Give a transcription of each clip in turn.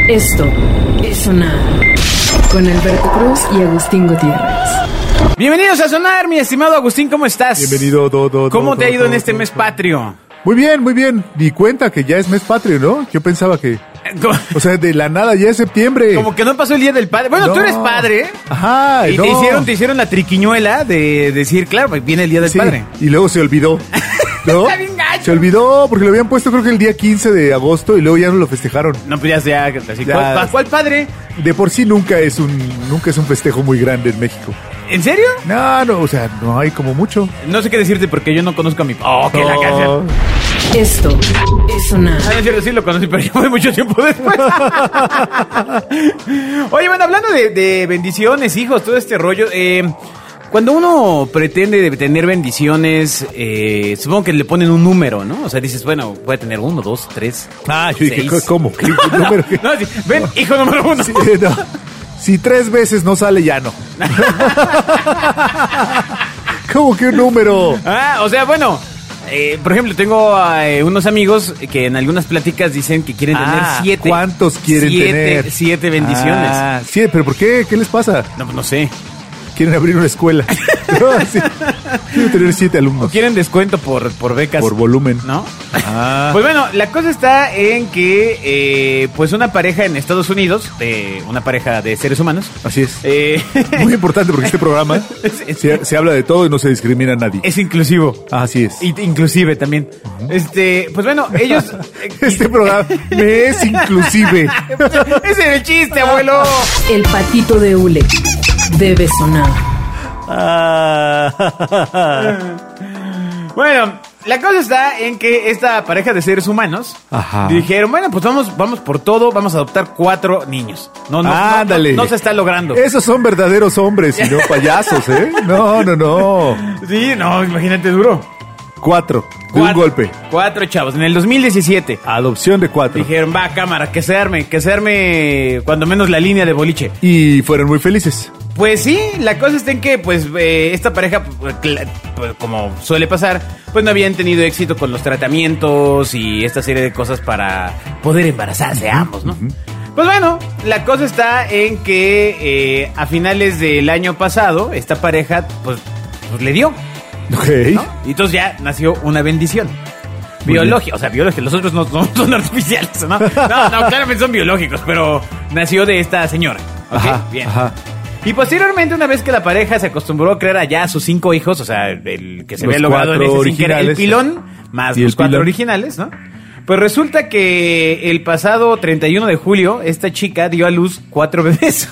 Esto es Sonar con Alberto Cruz y Agustín Gutiérrez. Bienvenidos a Sonar, mi estimado Agustín, ¿cómo estás? Bienvenido, ¿Cómo te ha ido en este mes patrio? Muy bien, muy bien. Di cuenta que ya es mes patrio, ¿no? Yo pensaba que... O sea, de la nada ya es septiembre. Como que no pasó el Día del Padre. Bueno, No. tú eres padre. Ajá, Y no. te hicieron la triquiñuela de decir, claro, viene el Día del Sí, Padre. y luego se olvidó, ¿no? Está bien gacho. Se olvidó porque lo habían puesto creo que el día 15 de agosto y luego ya no lo festejaron. No, pues ya, así, Ya. ¿cuál padre? De por sí nunca es un festejo muy grande en México. ¿En serio? No, o sea, no hay como mucho. No sé qué decirte porque yo no conozco a mi... Oh, que la No. canción. Esto es Sonar. Ah, no es cierto, sí lo conocí, pero ya fue mucho tiempo después. Oye, bueno, hablando de bendiciones, hijos, todo este rollo, cuando uno pretende tener bendiciones, supongo que le ponen un número, ¿no? O sea, dices, bueno, puede tener 1, 2, 3. Ah, yo dije, 6. ¿cómo? ¿Qué número? No, sí, ven, hijo número 1. Sí, no. Si 3 veces no sale, ya no. ¿Cómo que un número? Ah, o sea, bueno, por ejemplo, tengo unos amigos que en algunas pláticas dicen que quieren tener 7. ¿Cuántos quieren tener? 7 bendiciones. Ah, sí, pero ¿por qué? ¿Qué les pasa? No, pues no sé. Quieren abrir una escuela. No, sí. Quieren tener 7 alumnos. Quieren descuento por becas. Por volumen. ¿No? Ah. Pues bueno, la cosa está en que pues una pareja en Estados Unidos, una pareja de seres humanos, Así es. Muy Muy importante porque este programa se habla de todo y no se discrimina a nadie. es inclusivo. Así es. Inclusive también. Pues bueno, ellos... Este programa me es inclusive. Ese es el chiste, abuelo. El patito de hule debe sonar. Bueno, la cosa está en que esta pareja de seres humanos Ajá. dijeron, bueno, pues vamos por todo, vamos a adoptar 4 niños. Ándale. No se está logrando. Esos son verdaderos hombres y no payasos, ¿eh? No. Sí, no, imagínate, duro. 4 de un golpe. 4 chavos. En el 2017 Adopción de 4. dijeron, va, cámara, que se arme cuando menos la línea de boliche. Y fueron muy felices. Pues sí, la cosa está en que, pues, esta pareja, pues, como suele pasar, pues no habían tenido éxito con los tratamientos y esta serie de cosas para poder embarazarse ambos, ¿no? Pues bueno, la cosa está en que a finales del año pasado, esta pareja, pues le dio, Ok. ¿no? Y entonces ya nació una bendición. Muy Biológica, o sea, biológica, los otros no son artificiales, ¿no? No, claramente son biológicos, pero nació de esta señora. ¿Ok? Ajá, Bien. ajá. Y posteriormente, una vez que la pareja se acostumbró a crear allá a sus 5 hijos, o sea, el que se Los había logrado en 4 ese sin querer, el originales. pilón, más Y los el 4 pilón. originales, ¿no? Pues resulta que el pasado 31 de julio, esta chica dio a luz 4 bebés.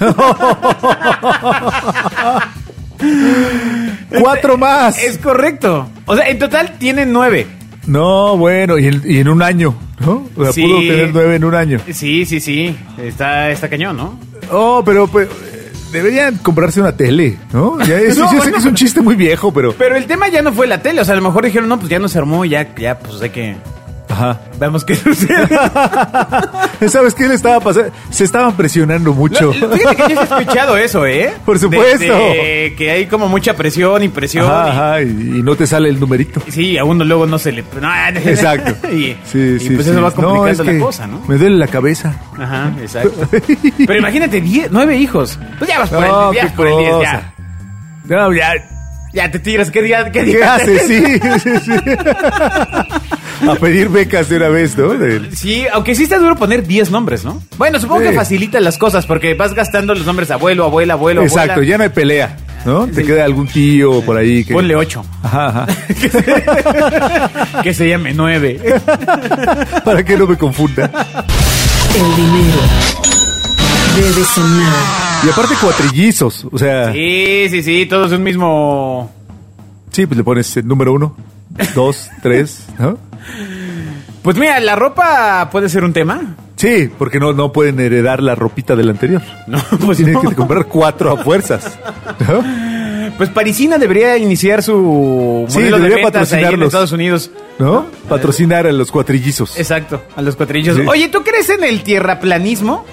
4 más. Es correcto. O sea, en total tienen 9. No, bueno, y en un año, ¿no? O sea, Sí. pudo tener 9 en un año. Sí. Está cañón, ¿no? Oh, pero pues, deberían comprarse una tele, ¿no? Ya, eso No, sí, yo sé bueno. que es un chiste muy viejo, pero... Pero el tema ya no fue la tele, o sea, a lo mejor dijeron, no, pues ya no se armó, ya, pues hay que... Ajá. Veamos qué sucede. ¿Sabes qué le estaba pasando? Se estaban presionando mucho. Fíjate que yo he escuchado eso, ¿eh? Por supuesto. De que hay como mucha presión y presión. Ajá, y no te sale el numerito. Y sí, a uno luego no se le... Exacto. y Sí, pues sí. eso va complicando es que la cosa, ¿no? Me duele la cabeza. Ajá, exacto. Pero imagínate, 9 hijos. Pues ya vas por No, el 10, qué por el 10, cosa. ya. No, ya. Ya te tiras, ¿qué día? ¿Qué haces? Sí. A pedir becas de una vez, ¿no? Sí, aunque sí está duro poner 10 nombres, ¿no? Bueno, supongo Sí. que facilita las cosas porque vas gastando los nombres abuelo, abuela, abuelo, Exacto, abuela. ya no hay pelea, ¿no? Sí. Te queda algún tío por ahí que... Ponle 8. Ajá. Que se llame 9. Para que no me confunda. El dinero debe sonar. Y aparte cuatrillizos, o sea... Sí, todos un mismo... Sí, pues le pones el número 1, 2, 3, ¿no? Pues mira, la ropa puede ser un tema. Sí, porque no pueden heredar la ropita del anterior. No, pues Tienen no. que comprar 4 a fuerzas, ¿no? Pues Parisina debería iniciar su Sí, modelo de debería ventas ahí en patrocinarlos. Estados Unidos. ¿No? Patrocinar a los cuatrillizos. Exacto, a los cuatrillos. Sí. Oye, ¿tú crees en el tierraplanismo?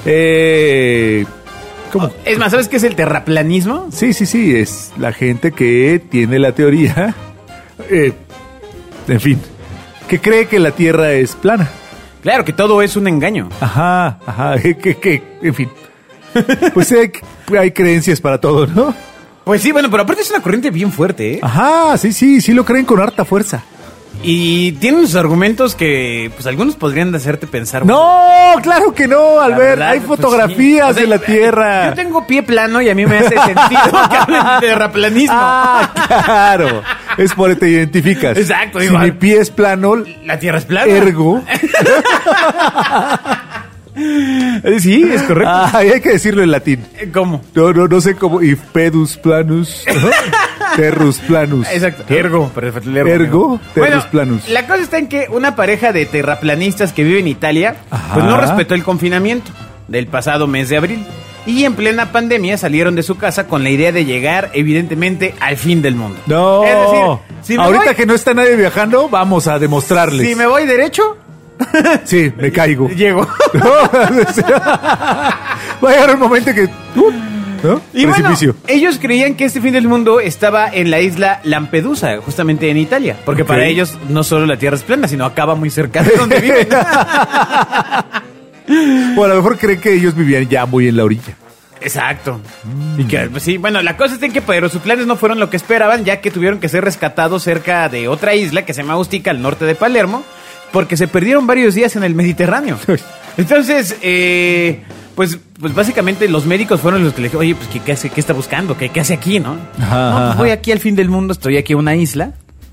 ¿Cómo? Es más, ¿sabes qué es el terraplanismo? Sí, es la gente que tiene la teoría, en fin, que cree que la Tierra es plana. Claro, que todo es un engaño. Ajá, en fin. Pues hay creencias para todo, ¿no? Pues sí, bueno, pero aparte es una corriente bien fuerte, ¿eh? Ajá, sí lo creen con harta fuerza. Y tienen sus argumentos que, pues, algunos podrían hacerte pensar... No, claro que no, Albert. verdad, Hay pues, fotografías sí. O sea, de la Tierra. Yo tengo pie plano y a mí me hace sentido que hablen de terraplanismo. Ah, claro. Es por eso te identificas. Exacto, Si igual. mi pie es plano, La Tierra es plana. ergo. Sí, es correcto. Hay que decirlo en latín. ¿Cómo? No sé cómo. If pedus planus, ¿no? Terrus planus. Exacto. ¿No? Ergo, pero el Ergo, terrus bueno, planus. La cosa está en que una pareja de terraplanistas que vive en Italia, Ajá. pues no respetó el confinamiento del pasado mes de abril. Y en plena pandemia salieron de su casa con la idea de llegar, evidentemente, al fin del mundo. No. Es decir, si me ahorita voy- que no está nadie viajando, vamos a demostrarles. Si me voy derecho, Sí, me caigo. llego. No, va a llegar un momento que... ¿no? Y bueno, Precipicio. ellos creían que este fin del mundo estaba en la isla Lampedusa, justamente en Italia. Porque Ok. para ellos no solo la Tierra es plana, sino acaba muy cerca de donde viven. O a lo mejor creen que ellos vivían ya muy en la orilla. Exacto. Y que, pues, sí, bueno, la cosa es en que pero sus planes no fueron lo que esperaban, ya que tuvieron que ser rescatados cerca de otra isla que se llama Ustica, al norte de Palermo, porque se perdieron varios días en el Mediterráneo. Entonces, pues básicamente los médicos fueron los que le dijeron, oye, pues ¿qué hace? ¿Qué está buscando? ¿Qué hace aquí, no? Ajá, No, pues ajá. voy aquí al fin del mundo, estoy aquí en una isla.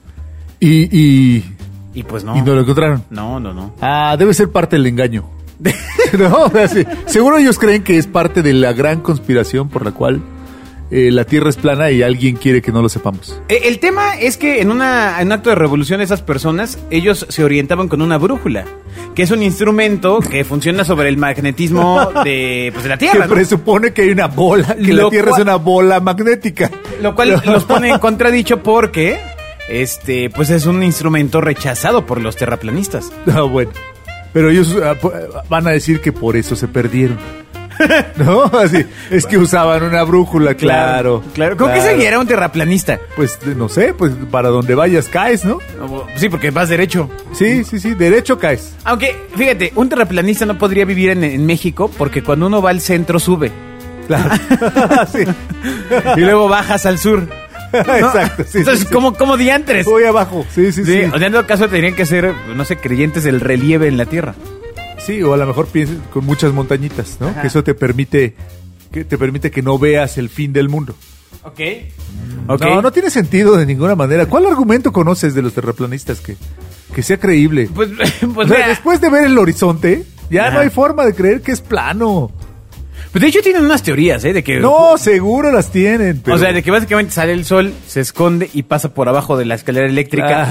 Y Y pues no. no lo encontraron. No. Ah, debe ser parte del engaño. No, sí. Seguro ellos creen que es parte de la gran conspiración por la cual la Tierra es plana y alguien quiere que no lo sepamos. El tema es que en un acto de revolución esas personas, ellos se orientaban con una brújula, que es un instrumento que funciona sobre el magnetismo de la Que Tierra, ¿no? presupone que hay una bola, que Lo la Tierra cual- es una bola magnética. Lo cual los pone en contradicho porque pues es un instrumento rechazado por los terraplanistas. No, bueno. Pero ellos van a decir que por eso se perdieron. ¿No? Así, es que usaban una brújula, claro. ¿Cómo que seguiera un terraplanista? Pues no sé, pues para donde vayas caes, ¿no? Sí, porque vas derecho. Sí, derecho caes. Aunque, fíjate, un terraplanista no podría vivir en México porque cuando uno va al centro sube. Claro. Sí. Y luego bajas al sur. ¿no? Exacto, sí. Entonces, sí. ¿cómo diantres? Voy abajo. Sí. Sí, o sea, en todo caso tendrían que ser, no sé, creyentes del relieve en la Tierra. Sí, o a lo mejor pienses con muchas montañitas, ¿no? Ajá. Que eso te permite que no veas el fin del mundo. Ok. No tiene sentido de ninguna manera. ¿Cuál argumento conoces de los terraplanistas que sea creíble? Pues O sea, mira, después de ver el horizonte, ya Ajá. no hay forma de creer que es plano. pues de hecho tienen unas teorías, de que... No, seguro las tienen. Pero... O sea, de que básicamente sale el sol, se esconde y pasa por abajo de la escalera eléctrica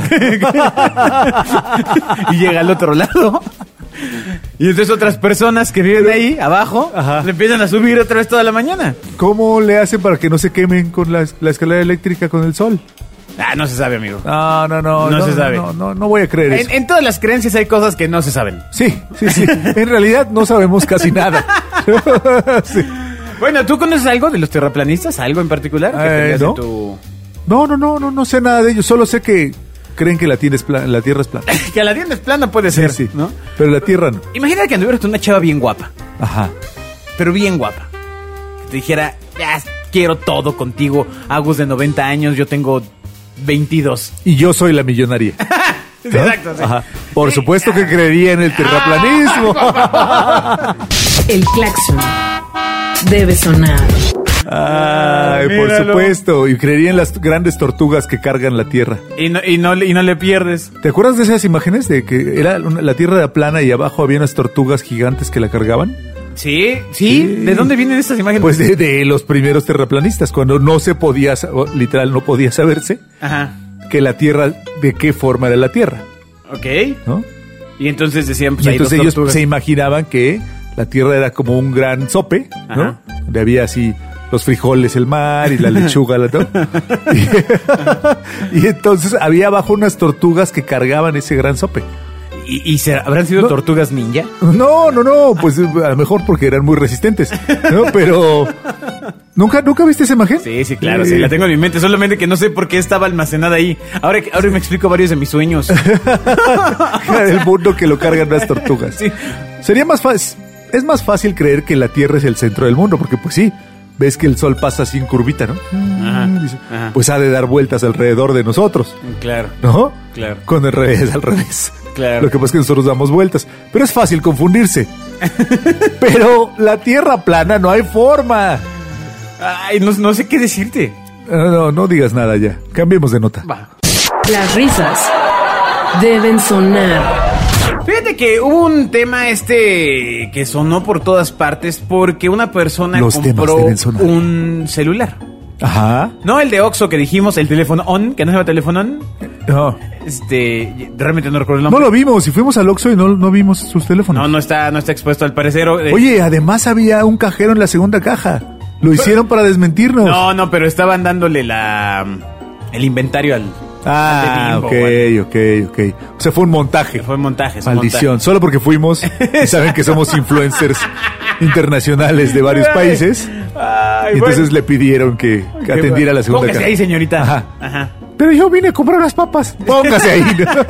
y llega al otro lado. Y entonces otras personas que viven ahí, abajo, Ajá. le empiezan a subir otra vez toda la mañana. ¿Cómo le hacen para que no se quemen con la escalera eléctrica con el sol? No se sabe, amigo. No se sabe. No voy a creer eso. En todas las creencias hay cosas que no se saben. Sí. En realidad no sabemos casi nada. Sí. Bueno, ¿tú conoces algo de los terraplanistas? ¿Algo en particular? Que tengas no. en tu... No sé nada de ellos. Solo sé que creen que la Tierra es plana. Que la tienda es plana puede ser, Sí. ¿no? Pero la Tierra no. Imagina que anduvieras una chava bien guapa, Ajá. pero bien guapa. Que te dijera, ya quiero todo contigo. Agus de 90 años, yo tengo 22. Y yo soy la millonaria. ¿No? Exacto, sí. Ajá. Por supuesto que creería en el terraplanismo. El claxon debe sonar. Ay, por Míralo. supuesto. Y creería en las grandes tortugas que cargan la Tierra. Y no le pierdes. ¿Te acuerdas de esas imágenes de que la Tierra era plana y abajo había unas tortugas gigantes que la cargaban? Sí. ¿De dónde vienen estas imágenes? Pues de los primeros terraplanistas, cuando no se podía, literal, no podía saberse Ajá. que la Tierra, de qué forma era la Tierra, Ok. ¿no? Y entonces decían, pues Y hay entonces dos ellos tortugas. se imaginaban que la Tierra era como un gran sope, ¿no? Ajá. Donde había así los frijoles, el mar y la lechuga, ¿no? Y entonces había abajo unas tortugas que cargaban ese gran sope. ¿Y habrán sido No. tortugas ninja? No, pues a lo mejor porque eran muy resistentes, ¿no? ¿Nunca viste esa imagen? Sí, claro, sí, la tengo en mi mente, solamente que no sé por qué estaba almacenada ahí. Ahora me explico varios de mis sueños. El mundo que lo cargan las tortugas. Sí. Sería más fácil, es más fácil creer que la Tierra es el centro del mundo, porque pues sí, ves que el Sol pasa así en curvita, ¿no? Ajá, Dice, ajá. pues ha de dar vueltas alrededor de nosotros, Claro, ¿no? claro. Con el revés, al revés. Claro. Lo que pasa es que nosotros damos vueltas, pero es fácil confundirse. Pero la Tierra plana no hay forma. Ay, no sé qué decirte. No digas nada ya. Cambiemos de nota. Va. Las risas deben sonar. Fíjate que hubo un tema que sonó por todas partes porque una persona Los temas compró deben sonar. un celular. Ajá. No el de Oxxo que dijimos, el teléfono on, que no se llama teléfono on. No, Realmente no recuerdo el nombre. no lo vimos. Y fuimos al Oxxo y no vimos sus teléfonos. No está expuesto al parecer. Oye, además había un cajero en la segunda caja. Lo hicieron para desmentirnos. No, pero estaban dándole el inventario al Ah, al de Bimbo, ok. O sea, fue un montaje. Fue montaje. es un Maldición. Solo porque fuimos y saben que somos influencers internacionales de varios Ay, países. ay, Y entonces bueno. le pidieron que atendiera la segunda Póngase caja. ahí, señorita. Ajá. Pero yo vine a comprar unas papas. Póngase ahí.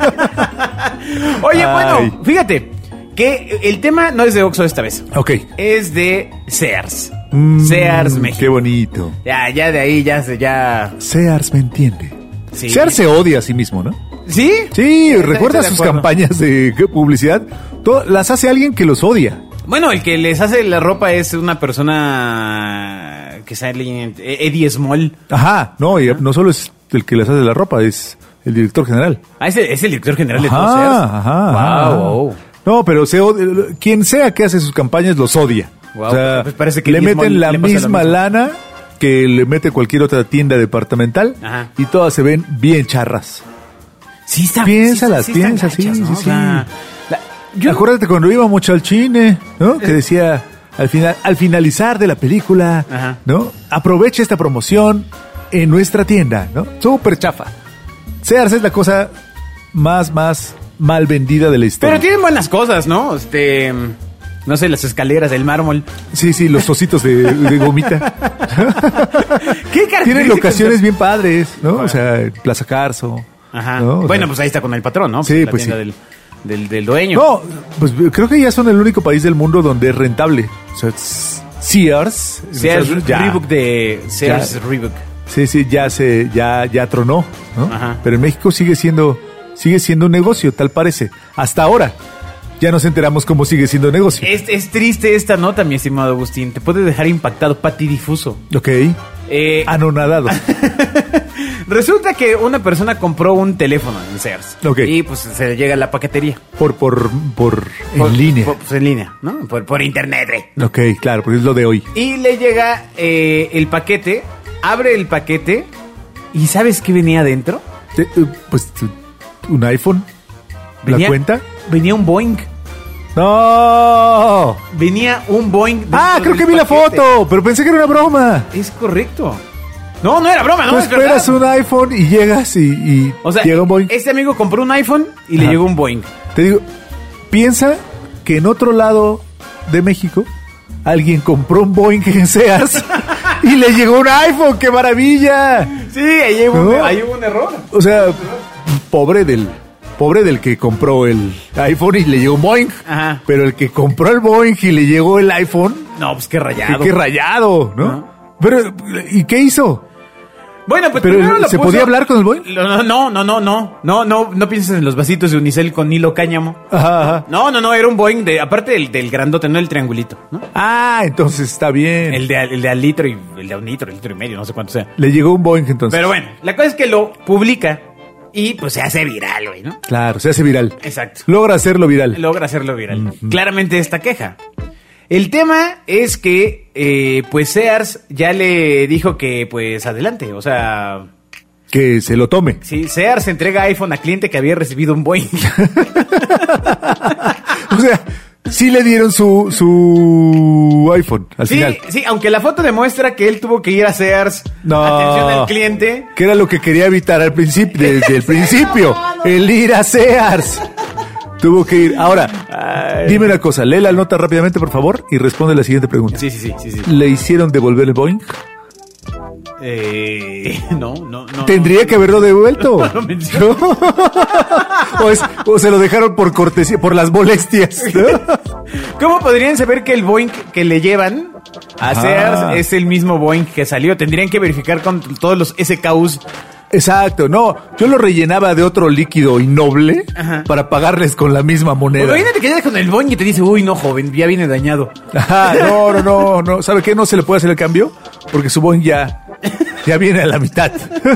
Oye, Ay. bueno, fíjate que el tema no es de Oxxo esta vez. Ok. Es de Sears. Mm, Sears México. Qué bonito. Ya de ahí ya. Sears me entiende. Sí. Sears se odia a sí mismo, ¿no? ¿Sí? Sí, Estoy recuerda de sus acuerdo. campañas de publicidad. Las hace alguien que los odia. Bueno, el que les hace la ropa es una persona que sale en Eddie Small. Ajá, no, y no solo es el que les hace la ropa, es el director general. Ah, es el director general de todo Ajá, Sears. ajá. Wow. No, pero quien sea que hace sus campañas los odia. Wow, O sea, pues parece que le Eddie meten Small la le pasa lo misma mismo. lana que le mete cualquier otra tienda departamental. Ajá. Y todas se ven bien charras. Sí, está. Piénsalas, sí están piensa, sí, gachas, ¿no? sí, O sea, Acuérdate cuando íbamos al cine, ¿no? Que decía al finalizar de la película, Ajá. ¿no? Aprovecha esta promoción en nuestra tienda, ¿no? Súper chafa. Sears es la cosa más mal vendida de la historia. Pero tienen buenas cosas, ¿no? No sé, las escaleras del mármol. Sí, los ositos de gomita. ¿Qué características? Tienen locaciones bien padres, ¿no? O sea, Plaza Carso. Ajá. ¿no? O Bueno, sea, pues ahí está con el patrón, ¿no? Sí, la pues tienda sí. del dueño. No, pues creo que ya son el único país del mundo donde es rentable. O sea, Sears. Sears ya. Reebok de Sears Ya. Reebok. Sí, ya tronó, ¿no? Ajá. Pero en México sigue siendo un negocio, tal parece. Hasta ahora. Ya nos enteramos cómo sigue siendo negocio. Es triste esta nota, mi estimado Agustín. Te puede dejar impactado, patidifuso. Ok. Eh, Anonadado. Resulta que una persona compró un teléfono en Sears. Ok. Y pues se le llega a la paquetería. En línea. Pues en línea, ¿no? Por internet, Ok, claro, porque es lo de hoy. Y le llega el paquete, abre el paquete y ¿sabes qué venía adentro? Un iPhone. ¿La cuenta? Venía un Boeing. ¡No! Venía un Boeing. dentro Creo del que vi la paquete. foto, pero pensé que era una broma. Es correcto. No era broma, Tú no, es esperas verdad. un iPhone y llegas y O sea, llega un Boeing. este amigo compró un iPhone y le Ajá. llegó un Boeing. Te digo, piensa que en otro lado de México alguien compró un Boeing en Sears y le llegó un iPhone. ¡Qué maravilla! Sí, ahí hubo, ¿No? ahí hubo un error. O sea, pobre del que compró el iPhone y le llegó un Boeing. Ajá. Pero el que compró el Boeing y le llegó el iPhone, No, pues qué rayado. qué rayado, ¿no? Ajá. Pero, ¿y qué hizo? Bueno, pues Pero, primero lo ¿se puso- podía hablar con el Boeing? No pienses en los vasitos de unicel con hilo cáñamo. Ajá. No, era un Boeing aparte del grandote, no el triangulito, ¿no? Entonces está bien. El de al litro y el de un litro y medio, no sé cuánto sea. Le llegó un Boeing entonces. Pero bueno, la cosa es que lo publica y pues se hace viral, güey, ¿no? Claro, se hace viral. Exacto. Logra hacerlo viral. Logra hacerlo viral. Claramente esta queja. El tema es que, pues Sears ya le dijo que, pues adelante, o sea, Que se lo tome. sí, Sears entrega iPhone a cliente que había recibido un Boeing. O sea, sí le dieron su iPhone al final. Sí, aunque la foto demuestra que él tuvo que ir a Sears, No. atención al cliente. Que era lo que quería evitar al principio, desde el principio. El ir a Sears. Tuvo que ir. Ahora, dime una cosa. Lee la nota rápidamente, por favor, y responde la siguiente pregunta. Sí. ¿Le hicieron devolver el Boeing? No. Tendría que haberlo devuelto. No lo menciono. O se lo dejaron por cortesía, por las molestias, ¿no? ¿Cómo podrían saber que el Boeing que le llevan a Sears es el mismo Boeing que salió? Tendrían que verificar con todos los SKUs. Exacto, no, yo lo rellenaba de otro líquido innoble para pagarles con la misma moneda. Imagínate que llegas con el Boeing y te dice, uy, no, joven, ya viene dañado. No, ¿sabe qué? No se le puede hacer el cambio porque su Boeing ya viene a la mitad.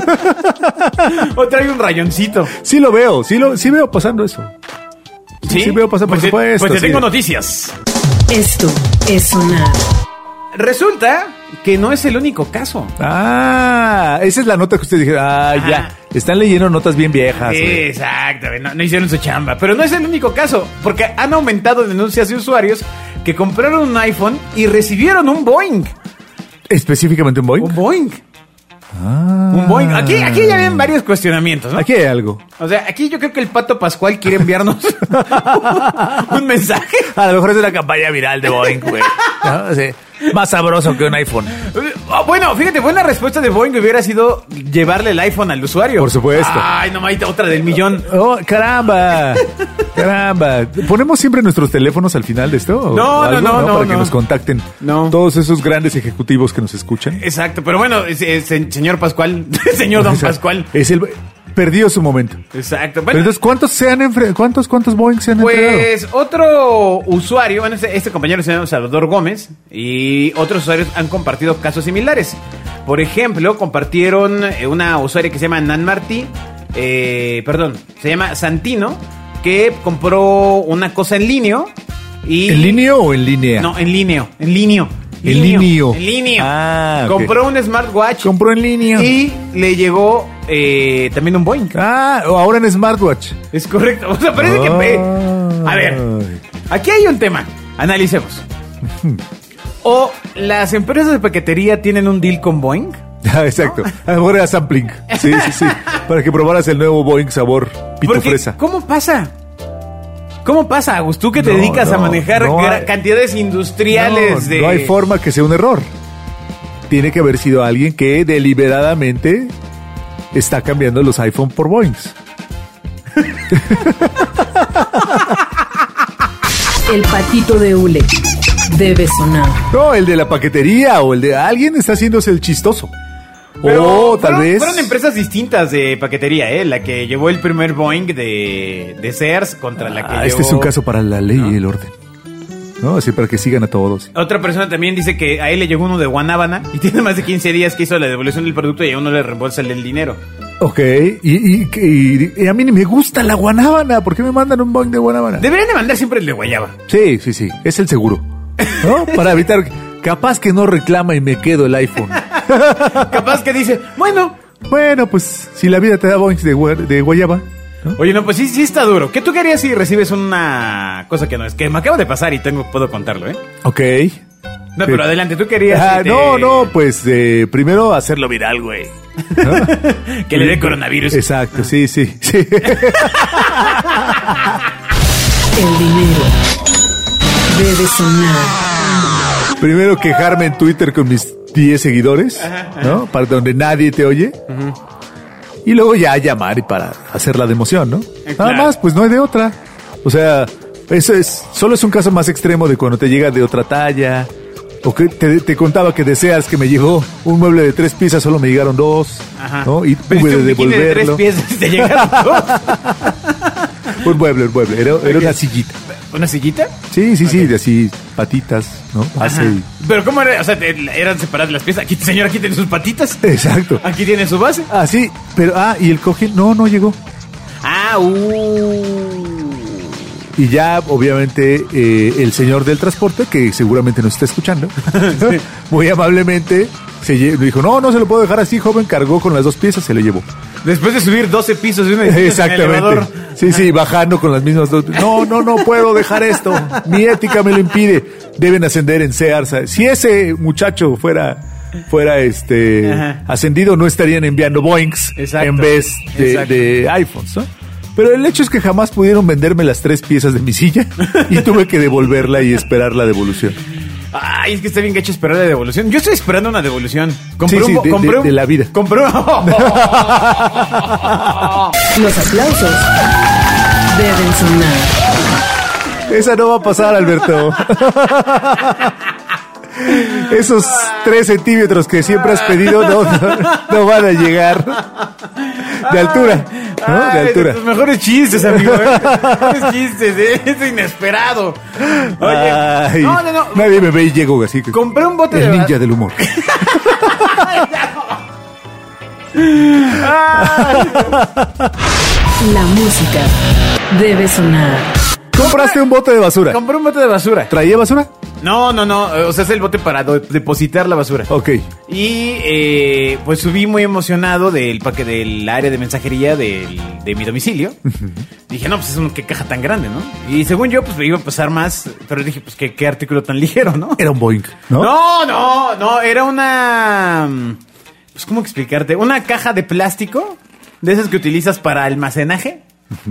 O trae un rayoncito. Sí veo pasando eso. Sí veo pasando, por supuesto. Pues te tengo noticias. Esto es Sonar. Resulta que no es el único caso. Esa es la nota que ustedes dijeron. Ya. Están leyendo notas bien viejas. Exacto, no hicieron su chamba. Pero no es el único caso, porque han aumentado denuncias de usuarios que compraron un iPhone y recibieron un Boeing. ¿Específicamente un Boeing? Un Boeing. Un Boeing. Aquí ya ven varios cuestionamientos, ¿no? Aquí hay algo. O sea, aquí yo creo que el Pato Pascual quiere enviarnos un mensaje. A lo mejor es una campaña viral de Boeing, güey. ¿No? Sí. Más sabroso que un iPhone. Bueno, fíjate, buena respuesta de Boeing hubiera sido llevarle el iPhone al usuario. Por supuesto. Ay, no, otra del millón. Oh, caramba. ¿Ponemos siempre nuestros teléfonos al final de esto? No. Para que nos contacten todos esos grandes ejecutivos que nos escuchan. Exacto, pero bueno, señor Pascual, señor Don Pascual. Perdió su momento. Exacto. Bueno, entonces, ¿cuántos Boeing se han entregado? Pues otro usuario, bueno, este compañero se llama Salvador Gómez, y otros usuarios han compartido casos similares. Por ejemplo, compartieron una usuaria que se llama Nan Martí, se llama Santino, que compró una cosa en línea y... ¿En línea o en línea? No, en línea. En línea. Okay. Compró un smartwatch. Compró en línea. Y le llegó también un Boeing. Ahora en smartwatch. Es correcto. O sea, parece que... A ver, aquí hay un tema. Analicemos. O las empresas de paquetería tienen un deal con Boeing. Exacto. A lo mejor era sampling. Sí. Para que probaras el nuevo Boeing sabor pito fresa. ¿Cómo pasa? Agus? Tú que te dedicas a manejar cantidades industriales de... No hay forma que sea un error. Tiene que haber sido alguien que deliberadamente está cambiando los iPhone por Boeings. El patito de hule debe sonar. No, el de la paquetería o el de alguien está haciéndose el chistoso. Pero tal vez fueron empresas distintas de paquetería, la que llevó el primer Boeing de Sears contra la que llevó... Este es un caso para la ley y el orden, ¿no? Así para que sigan a todos. Otra persona también dice que a él le llegó uno de Guanábana y tiene más de 15 días que hizo la devolución del producto y a uno le reembolsa el dinero. Ok, y a mí ni me gusta la guanábana. ¿Por qué me mandan un Boeing de guanábana? Deberían de mandar siempre el de guayaba. Sí, es el seguro, ¿no? Para evitar... Capaz que no reclama y me quedo el iPhone. Capaz que dice, bueno, pues si la vida te da Boeing de guayaba, ¿no? Oye, no, pues sí está duro. ¿Qué tú querías si recibes una cosa que no es? Que me acaba de pasar y puedo contarlo, ¿eh? Ok. No, pero adelante, tú querías... pues primero hacerlo viral, güey, ¿no? Que le dé coronavirus. Exacto, sí. El dinero debe sonar. Primero quejarme en Twitter con mis 10 seguidores, ¿no? Para donde nadie te oye. Y luego ya llamar y para hacer la democión, ¿no? Claro. Nada más, pues no hay de otra. O sea, solo es un caso más extremo de cuando te llega de otra talla. O que te contaba que deseas que me llegó un mueble de 3 piezas, solo me llegaron 2, ¿no? Y tuve de devolverlo. De 3 piezas te llegaron 2. Un mueble. Era una sillita. ¿Una sillita? Sí, de así, patitas, ¿no? Así. ¿Pero cómo era? O sea, ¿eran separadas las piezas? Señor, aquí tiene sus patitas. Exacto. Aquí tiene su base. Sí, pero, y el cojín, no llegó. Y ya, obviamente, el señor del transporte, que seguramente nos está escuchando, sí, muy amablemente dijo, no se lo puedo dejar así, joven, cargó con las 2 piezas, se lo llevó. Después de subir 12 pisos de un edificio. Exactamente. En el elevador. Sí, bajando con las mismas 2. No puedo dejar esto. Mi ética me lo impide. Deben ascender en Sears. Si ese muchacho fuera ascendido, no estarían enviando Boeings en vez de iPhones, ¿no? Pero el hecho es que jamás pudieron venderme las 3 piezas de mi silla y tuve que devolverla y esperar la devolución. Ay, es que está bien gacho esperar la devolución. Yo estoy esperando una devolución. De la vida. Compré Los aplausos deben sonar. Esa no va a pasar, Alberto. Esos 3 centímetros que siempre has pedido no van a llegar. De altura, ¿no? De altura. Los mejores chistes, amigo. Mejores chistes, es inesperado. Oye, Ay, no. Nadie me ve y llego así. Compré un bote El de ninja del humor. La música debe sonar. ¿Compraste un bote de basura? Compré un bote de basura. ¿Traía basura? No. O sea, es el bote para depositar la basura. Ok. Y pues subí muy emocionado del paquete del área de mensajería de mi domicilio. Dije, no, pues es qué caja tan grande, ¿no? Y según yo, pues me iba a pasar más. Pero dije, pues qué artículo tan ligero, ¿no? Era un Boeing, ¿no? No, era una... Pues, ¿cómo explicarte? Una caja de plástico, de esas que utilizas para almacenaje.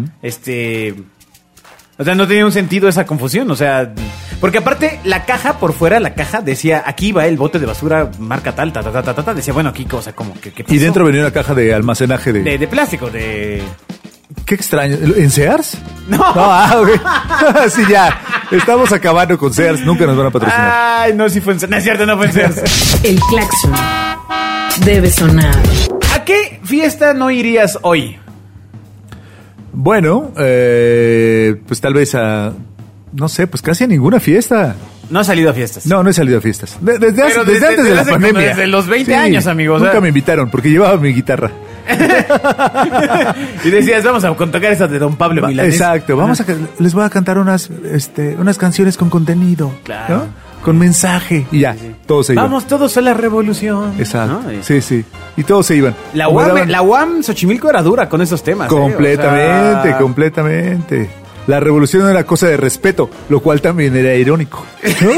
O sea, no tenía un sentido esa confusión, o sea... Porque aparte, la caja, por fuera, la caja decía, aquí va el bote de basura marca tal, decía, bueno, aquí, cosa, como que... ¿qué pasó? Y dentro venía una caja de almacenaje de plástico, de... Qué extraño. ¿En Sears? No. Ok. Sí, ya. Estamos acabando con Sears. Nunca nos van a patrocinar. Ay, no, sí fue en Sears. No es cierto, no fue en Sears. El claxon debe sonar. ¿A qué fiesta no irías hoy? Bueno, pues tal vez a... No sé, pues casi a ninguna fiesta. No has salido a fiestas. No he salido a fiestas. Desde antes de la pandemia. Desde los 20 años, amigos. Nunca me invitaron porque llevaba mi guitarra. Y decías, vamos a tocar esa de Don Pablo Milanés. Exacto, les voy a cantar unas canciones con contenido. Claro. ¿no? Con mensaje. Y ya, sí. Todos se iban. Vamos todos a la revolución. Exacto. ¿No? Sí. Y todos se iban. La UAM Xochimilco era dura con esos temas. Completamente, completamente. La revolución era cosa de respeto, lo cual también era irónico. ¿No?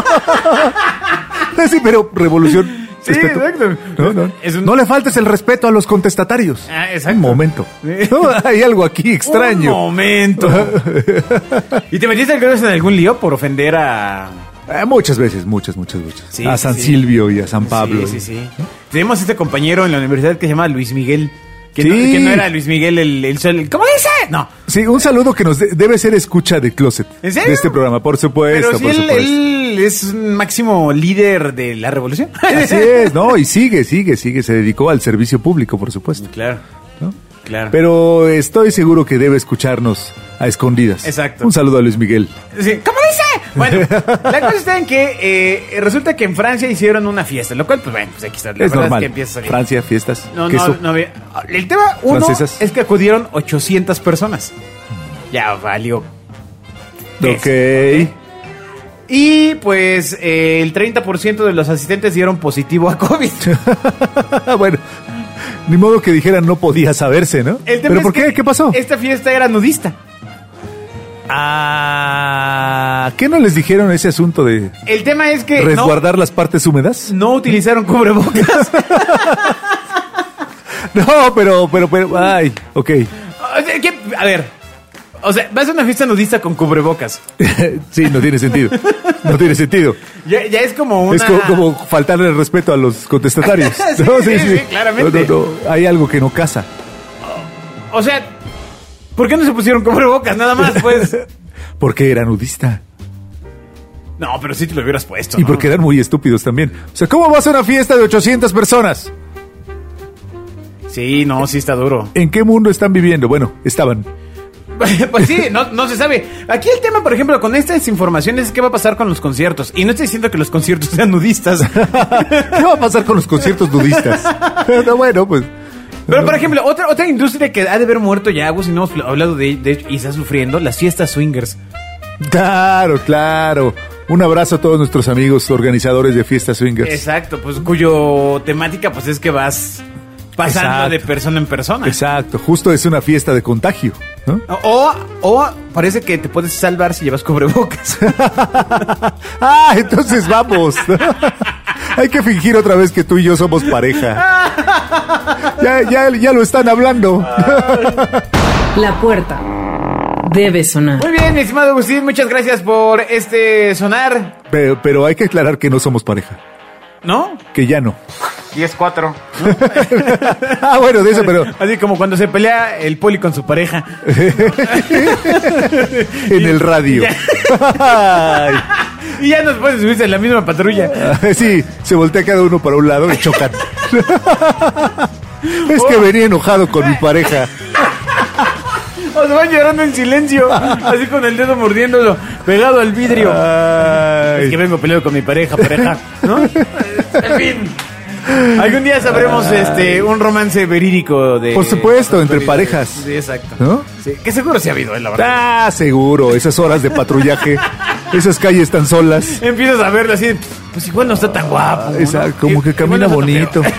Sí, pero revolución. Sí, respeto. Exacto. No le faltes el respeto a los contestatarios. Exacto. Un momento. ¿No? Hay algo aquí extraño. Un momento. ¿Y te metiste en algún lío por ofender a...? Muchas veces. Sí, a San Silvio y a San Pablo. Sí. ¿No? Tenemos este compañero en la universidad que se llama Luis Miguel. Que no era Luis Miguel el sol. ¿Cómo dice? No. Sí, un saludo que nos debe ser escucha de Closet. ¿En serio? De este programa, por supuesto. Pero si él es un máximo líder de la revolución. Así es, ¿no? Y sigue. Se dedicó al servicio público, por supuesto. Claro. ¿No? Claro. Pero estoy seguro que debe escucharnos a escondidas. Exacto. Un saludo a Luis Miguel. Sí. ¿Cómo dice? Bueno, la cosa está en que resulta que en Francia hicieron una fiesta, lo cual, pues bueno, pues aquí está. La es normal. Es que empieza a salir. Francia, fiestas. No. El tema uno es que acudieron 800 personas. Ya valió. Ok. Y pues el 30% de los asistentes dieron positivo a COVID. Bueno, ni modo que dijeran no podía saberse, ¿no? ¿Pero por qué? ¿Qué pasó? Esta fiesta era nudista. ¿Qué no les dijeron ese asunto de el tema es que resguardar las partes húmedas? No utilizaron cubrebocas. No, pero, ay, ok. A ver, o sea, vas a una fiesta nudista con cubrebocas. Sí, no tiene sentido. No tiene sentido. Ya es como una... Es como faltarle el respeto a los contestatarios. Sí, claramente. No, hay algo que no casa. O sea, ¿por qué no se pusieron cubrebocas? Nada más, pues. Porque era nudista. No, pero sí te lo hubieras puesto. Y porque eran muy estúpidos también. O sea, ¿cómo vas a una fiesta de 800 personas? Sí, no, sí está duro. ¿En qué mundo están viviendo? Bueno, estaban. Pues sí, no se sabe. Aquí el tema, por ejemplo, con estas informaciones es qué va a pasar con los conciertos. Y no estoy diciendo que los conciertos sean nudistas. ¿Qué va a pasar con los conciertos nudistas? No, bueno, pues... Pero, por ejemplo, otra industria que ha de haber muerto ya, Agus, y no hemos hablado de hecho, y está sufriendo, las fiestas swingers. Claro. Un abrazo a todos nuestros amigos organizadores de fiestas swingers. Exacto, pues cuyo temática pues es que vas pasando de persona en persona. Exacto, justo es una fiesta de contagio, ¿no? O parece que te puedes salvar si llevas cubrebocas. Entonces vamos. Hay que fingir otra vez que tú y yo somos pareja. Ya lo están hablando. La puerta debe sonar. Muy bien, mi estimado Agustín, muchas gracias por este sonar. Pero hay que aclarar que no somos pareja. ¿No? Que ya no. 10-4. Ah, bueno, de eso, pero Así como cuando se pelea el poli con su pareja. en el radio. Ay. Y ya no se puede subirse en la misma patrulla. Sí, se voltea cada uno para un lado y chocan. Es que venía enojado con mi pareja. O se van llorando en silencio, así con el dedo mordiéndolo, pegado al vidrio. Ay. Es que vengo peleado con mi pareja, ¿no? En fin. Algún día sabremos un romance verídico de... Por supuesto, las entre autoridades. parejas. Sí, exacto. ¿No? Sí, que seguro sí ha habido, la verdad. Ah, seguro, esas horas de patrullaje, esas calles tan solas. Empiezas a verlo así, pues igual no está tan guapo. ¿no? Exacto, como que camina igual no está bonito.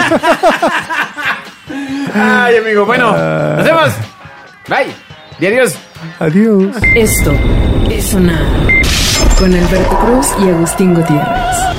Ay, amigo, bueno, nos vemos. Bye. Y adiós. Adiós. Esto es Sonar con Alberto Cruz y Agustín Gutiérrez.